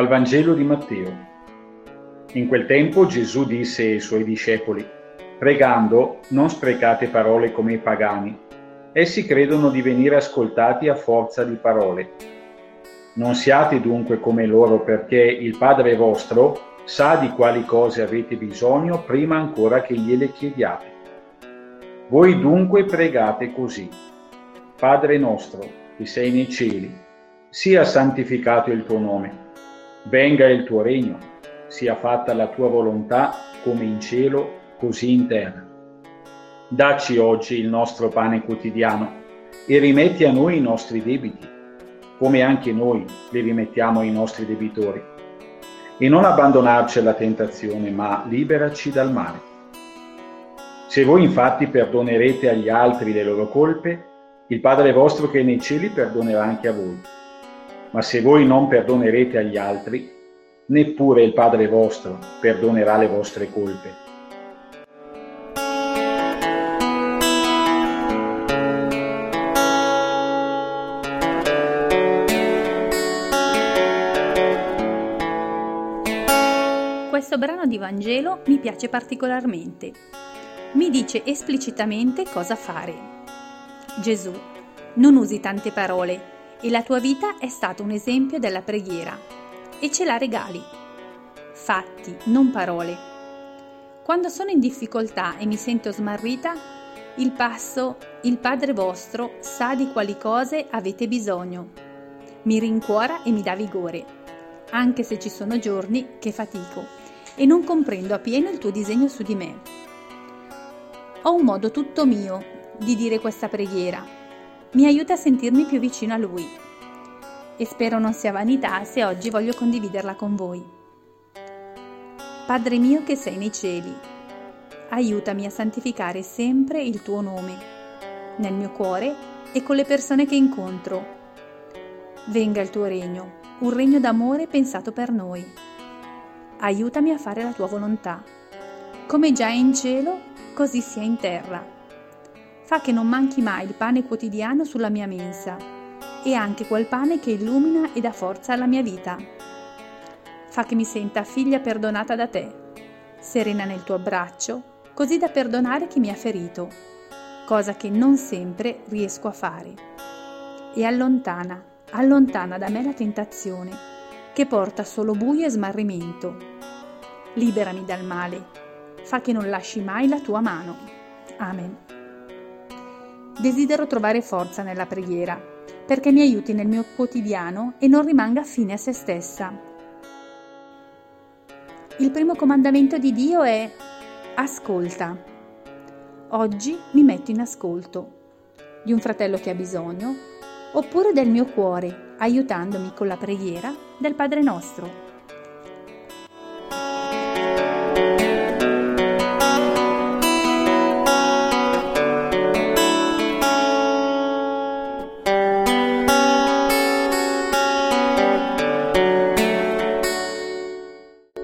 Dal Vangelo di Matteo. In quel tempo Gesù disse ai suoi discepoli: pregando, non sprecate parole come i pagani. Essi credono di venire ascoltati a forza di parole. Non siate dunque come loro, perché il Padre vostro sa di quali cose avete bisogno prima ancora che gliele chiediate. Voi dunque pregate così: Padre nostro, che sei nei cieli, sia santificato il tuo nome. Venga il tuo regno, sia fatta la tua volontà come in cielo, così in terra. Dacci oggi il nostro pane quotidiano e rimetti a noi i nostri debiti, come anche noi li rimettiamo ai nostri debitori. E non abbandonarci alla tentazione, ma liberaci dal male. Se voi infatti perdonerete agli altri le loro colpe, il Padre vostro che è nei cieli perdonerà anche a voi. Ma se voi non perdonerete agli altri, neppure il Padre vostro perdonerà le vostre colpe. Questo brano di Vangelo mi piace particolarmente. Mi dice esplicitamente cosa fare. Gesù, non usi tante parole e la tua vita è stato un esempio della preghiera e ce la regali. Fatti, non parole. Quando sono in difficoltà e mi sento smarrita, il Padre vostro sa di quali cose avete bisogno. Mi rincuora e mi dà vigore, anche se ci sono giorni che fatico e non comprendo appieno il tuo disegno su di me. Ho un modo tutto mio di dire questa preghiera. Mi aiuta a sentirmi più vicino a Lui e spero non sia vanità se oggi voglio condividerla con voi. Padre mio che sei nei cieli, aiutami a santificare sempre il tuo nome, nel mio cuore e con le persone che incontro. Venga il tuo regno, un regno d'amore pensato per noi. Aiutami a fare la tua volontà, come già è in cielo, così sia in terra. Fa che non manchi mai il pane quotidiano sulla mia mensa e anche quel pane che illumina e dà forza alla mia vita. Fa che mi senta figlia perdonata da te, serena nel tuo abbraccio, così da perdonare chi mi ha ferito, cosa che non sempre riesco a fare. E allontana da me la tentazione, che porta solo buio e smarrimento. Liberami dal male, fa che non lasci mai la tua mano. Amen. Desidero trovare forza nella preghiera, perché mi aiuti nel mio quotidiano e non rimanga fine a se stessa. Il primo comandamento di Dio è: ascolta. Oggi mi metto in ascolto di un fratello che ha bisogno, oppure del mio cuore, aiutandomi con la preghiera del Padre nostro.